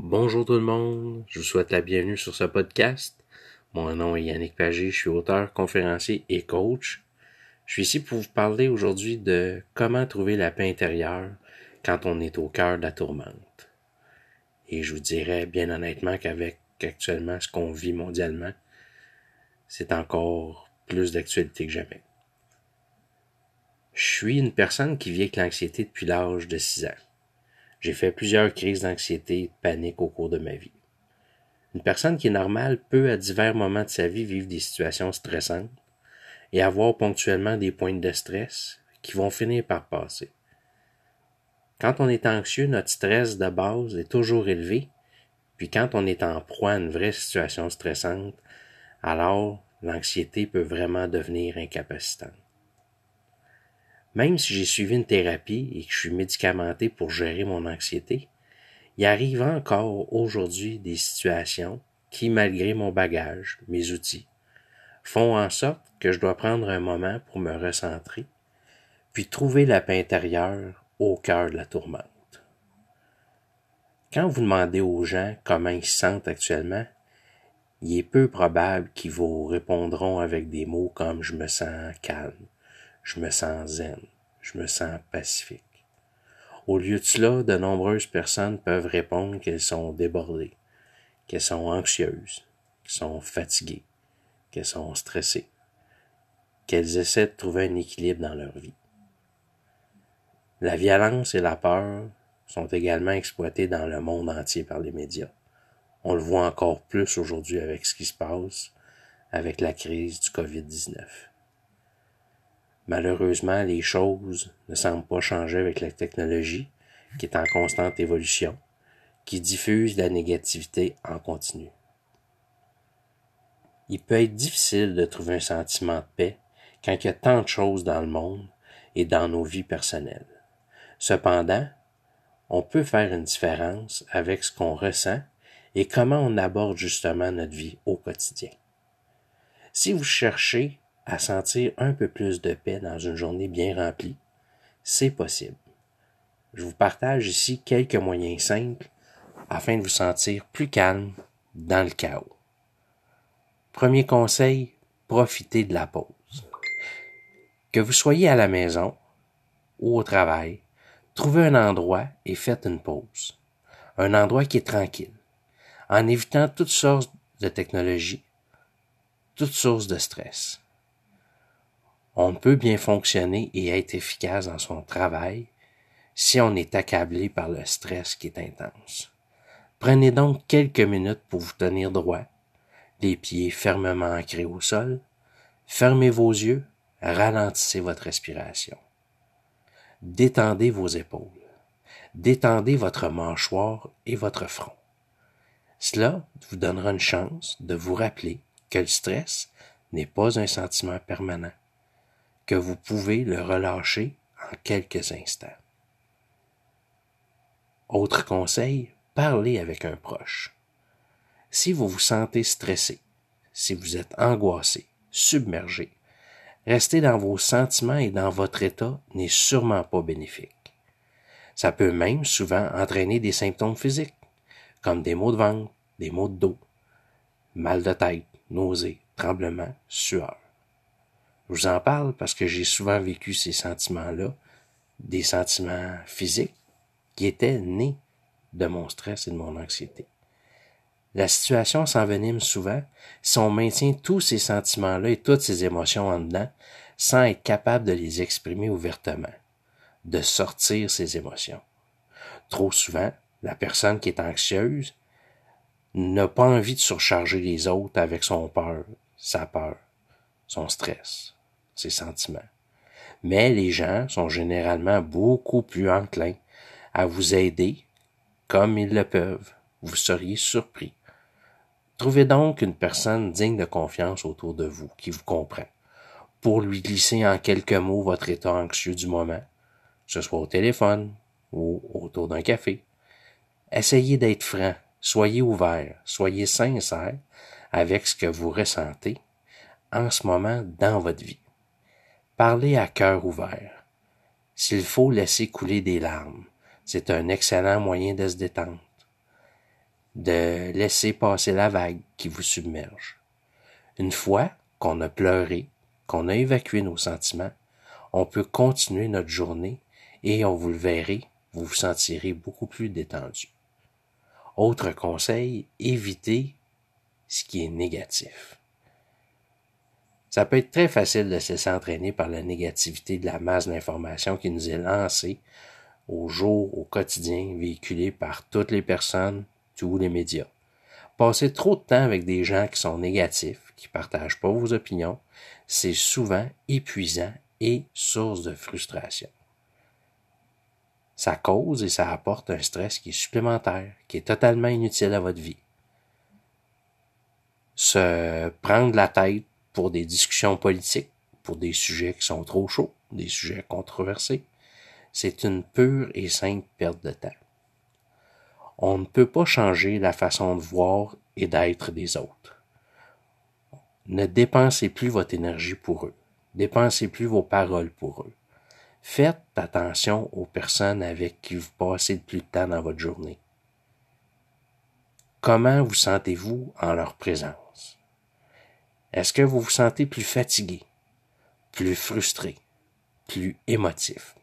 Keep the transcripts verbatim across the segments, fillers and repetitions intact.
Bonjour tout le monde, je vous souhaite la bienvenue sur ce podcast. Mon nom est Yannick Pagé, je suis auteur, conférencier et coach. Je suis ici pour vous parler aujourd'hui de comment trouver la paix intérieure quand on est au cœur de la tourmente. Et je vous dirais bien honnêtement qu'avec actuellement ce qu'on vit mondialement, c'est encore plus d'actualité que jamais. Je suis une personne qui vit avec l'anxiété depuis l'âge de six ans. J'ai fait plusieurs crises d'anxiété et de panique au cours de ma vie. Une personne qui est normale peut, à divers moments de sa vie, vivre des situations stressantes et avoir ponctuellement des pointes de stress qui vont finir par passer. Quand on est anxieux, notre stress de base est toujours élevé, puis quand on est en proie à une vraie situation stressante, alors l'anxiété peut vraiment devenir incapacitante. Même si j'ai suivi une thérapie et que je suis médicamenté pour gérer mon anxiété, il arrive encore aujourd'hui des situations qui, malgré mon bagage, mes outils, font en sorte que je dois prendre un moment pour me recentrer, puis trouver la paix intérieure au cœur de la tourmente. Quand vous demandez aux gens comment ils se sentent actuellement, il est peu probable qu'ils vous répondront avec des mots comme « je me sens calme »,« je me sens zen »,« je me sens pacifique ». Au lieu de cela, de nombreuses personnes peuvent répondre qu'elles sont débordées, qu'elles sont anxieuses, qu'elles sont fatiguées, qu'elles sont stressées, qu'elles essaient de trouver un équilibre dans leur vie. La violence et la peur sont également exploitées dans le monde entier par les médias. On le voit encore plus aujourd'hui avec ce qui se passe avec la crise du covid dix-neuf. Malheureusement, les choses ne semblent pas changer avec la technologie, qui est en constante évolution, qui diffuse la négativité en continu. Il peut être difficile de trouver un sentiment de paix quand il y a tant de choses dans le monde et dans nos vies personnelles. Cependant, on peut faire une différence avec ce qu'on ressent et comment on aborde justement notre vie au quotidien. Si vous cherchez à sentir un peu plus de paix dans une journée bien remplie, c'est possible. Je vous partage ici quelques moyens simples afin de vous sentir plus calme dans le chaos. Premier conseil, profitez de la pause. Que vous soyez à la maison ou au travail, trouvez un endroit et faites une pause. Un endroit qui est tranquille, en évitant toutes sortes de technologies, toutes sources de stress. On peut bien fonctionner et être efficace dans son travail si on est accablé par le stress qui est intense. Prenez donc quelques minutes pour vous tenir droit, les pieds fermement ancrés au sol, fermez vos yeux, ralentissez votre respiration. Détendez vos épaules, détendez votre mâchoire et votre front. Cela vous donnera une chance de vous rappeler que le stress n'est pas un sentiment permanent, que vous pouvez le relâcher en quelques instants. Autre conseil, parlez avec un proche. Si vous vous sentez stressé, si vous êtes angoissé, submergé, rester dans vos sentiments et dans votre état n'est sûrement pas bénéfique. Ça peut même souvent entraîner des symptômes physiques, comme des maux de ventre, des maux de dos, mal de tête, nausées, tremblements, sueur. Je vous en parle parce que j'ai souvent vécu ces sentiments-là, des sentiments physiques qui étaient nés de mon stress et de mon anxiété. La situation s'envenime souvent si on maintient tous ces sentiments-là et toutes ces émotions en dedans sans être capable de les exprimer ouvertement, de sortir ces émotions. Trop souvent, la personne qui est anxieuse n'a pas envie de surcharger les autres avec son peur, sa peur, son stress, ses sentiments. Mais les gens sont généralement beaucoup plus enclins à vous aider comme ils le peuvent. Vous seriez surpris. Trouvez donc une personne digne de confiance autour de vous, qui vous comprend, pour lui glisser en quelques mots votre état anxieux du moment, que ce soit au téléphone ou autour d'un café. Essayez d'être franc, soyez ouvert, soyez sincère avec ce que vous ressentez en ce moment dans votre vie. Parlez à cœur ouvert. S'il faut laisser couler des larmes, c'est un excellent moyen de se détendre. de laisser passer la vague qui vous submerge. Une fois qu'on a pleuré, qu'on a évacué nos sentiments, on peut continuer notre journée et on vous le verrez, vous vous sentirez beaucoup plus détendu. Autre conseil, évitez ce qui est négatif. Ça peut être très facile de se laisser entraîner par la négativité de la masse d'informations qui nous est lancée au jour, au quotidien, véhiculée par toutes les personnes, tous les médias. Passer trop de temps avec des gens qui sont négatifs, qui partagent pas vos opinions, c'est souvent épuisant et source de frustration. Ça cause et ça apporte un stress qui est supplémentaire, qui est totalement inutile à votre vie. Se prendre la tête pour des discussions politiques, pour des sujets qui sont trop chauds, des sujets controversés, c'est une pure et simple perte de temps. On ne peut pas changer la façon de voir et d'être des autres. Ne dépensez plus votre énergie pour eux. Dépensez plus vos paroles pour eux. Faites attention aux personnes avec qui vous passez le plus de temps dans votre journée. Comment vous sentez-vous en leur présence? Est-ce que vous vous sentez plus fatigué, plus frustré, plus émotif?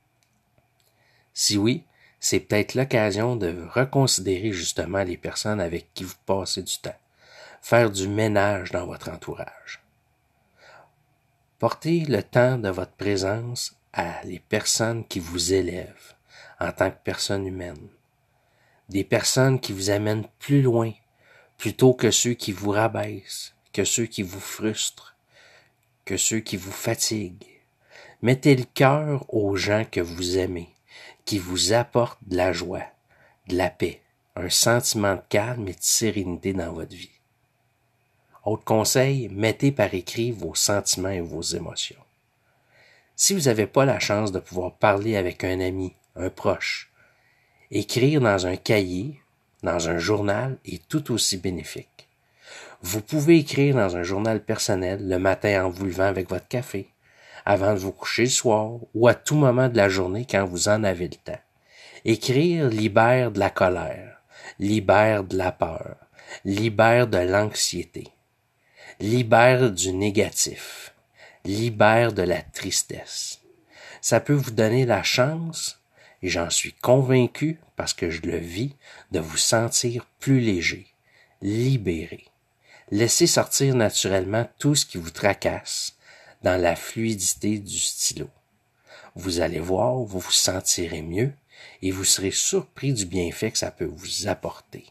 Si oui, c'est peut-être l'occasion de reconsidérer justement les personnes avec qui vous passez du temps. Faire du ménage dans votre entourage. Portez le temps de votre présence à les personnes qui vous élèvent en tant que personne humaine. Des personnes qui vous amènent plus loin, plutôt que ceux qui vous rabaissent, que ceux qui vous frustrent, que ceux qui vous fatiguent. Mettez le cœur aux gens que vous aimez, qui vous apportent de la joie, de la paix, un sentiment de calme et de sérénité dans votre vie. Autre conseil, mettez par écrit vos sentiments et vos émotions. Si vous n'avez pas la chance de pouvoir parler avec un ami, un proche, écrire dans un cahier, dans un journal est tout aussi bénéfique. Vous pouvez écrire dans un journal personnel le matin en vous levant avec votre café, avant de vous coucher le soir ou à tout moment de la journée quand vous en avez le temps. Écrire libère de la colère, libère de la peur, libère de l'anxiété, libère du négatif, libère de la tristesse. Ça peut vous donner la chance, et j'en suis convaincu parce que je le vis, de vous sentir plus léger, libéré. Laissez sortir naturellement tout ce qui vous tracasse dans la fluidité du stylo. Vous allez voir, vous vous sentirez mieux et vous serez surpris du bienfait que ça peut vous apporter.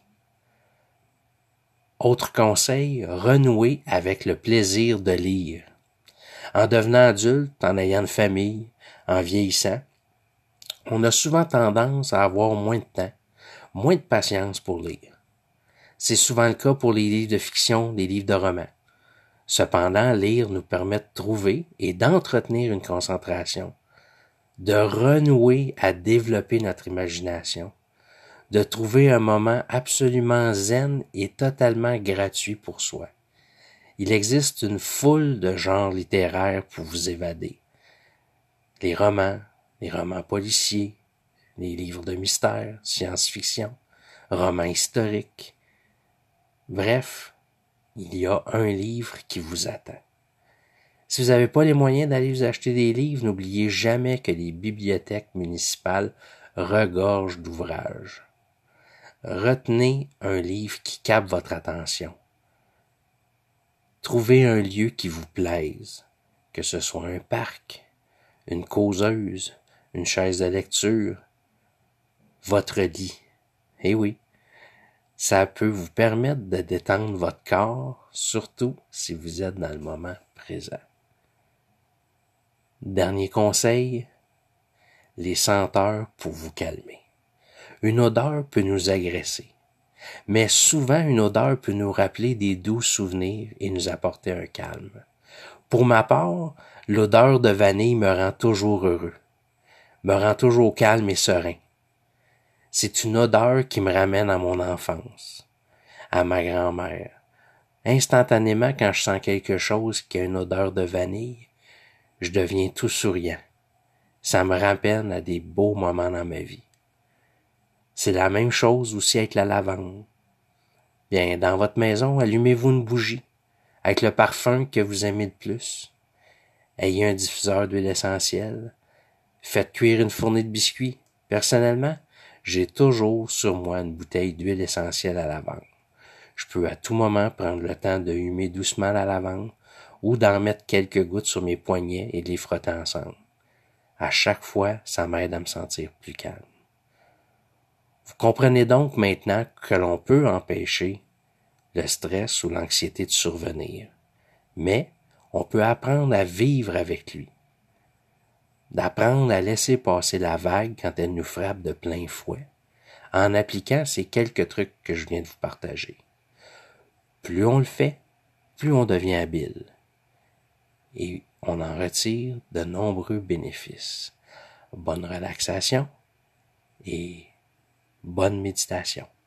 Autre conseil, renouer avec le plaisir de lire. En devenant adulte, en ayant une famille, en vieillissant, on a souvent tendance à avoir moins de temps, moins de patience pour lire. C'est souvent le cas pour les livres de fiction, les livres de romans. Cependant, lire nous permet de trouver et d'entretenir une concentration, de renouer à développer notre imagination, de trouver un moment absolument zen et totalement gratuit pour soi. Il existe une foule de genres littéraires pour vous évader. Les romans, les romans policiers, les livres de mystère, science-fiction, romans historiques. Bref, il y a un livre qui vous attend. Si vous n'avez pas les moyens d'aller vous acheter des livres, n'oubliez jamais que les bibliothèques municipales regorgent d'ouvrages. Retenez un livre qui capte votre attention. Trouvez un lieu qui vous plaise, que ce soit un parc, une causeuse, une chaise de lecture, votre lit. Eh oui, ça peut vous permettre de détendre votre corps, surtout si vous êtes dans le moment présent. Dernier conseil, les senteurs pour vous calmer. Une odeur peut nous agresser, mais souvent une odeur peut nous rappeler des doux souvenirs et nous apporter un calme. Pour ma part, l'odeur de vanille me rend toujours heureux, me rend toujours calme et serein. C'est une odeur qui me ramène à mon enfance, à ma grand-mère. Instantanément, quand je sens quelque chose qui a une odeur de vanille, je deviens tout souriant. Ça me rappelle à des beaux moments dans ma vie. C'est la même chose aussi avec la lavande. Bien, dans votre maison, allumez-vous une bougie avec le parfum que vous aimez le plus. Ayez un diffuseur d'huile essentielle. Faites cuire une fournée de biscuits. Personnellement, j'ai toujours sur moi une bouteille d'huile essentielle à lavande. Je peux à tout moment prendre le temps de humer doucement la lavande ou d'en mettre quelques gouttes sur mes poignets et de les frotter ensemble. À chaque fois, ça m'aide à me sentir plus calme. Vous comprenez donc maintenant que l'on peut empêcher le stress ou l'anxiété de survenir, mais on peut apprendre à vivre avec lui, d'apprendre à laisser passer la vague quand elle nous frappe de plein fouet, en appliquant ces quelques trucs que je viens de vous partager. Plus on le fait, plus on devient habile, et on en retire de nombreux bénéfices. Bonne relaxation et bonne méditation.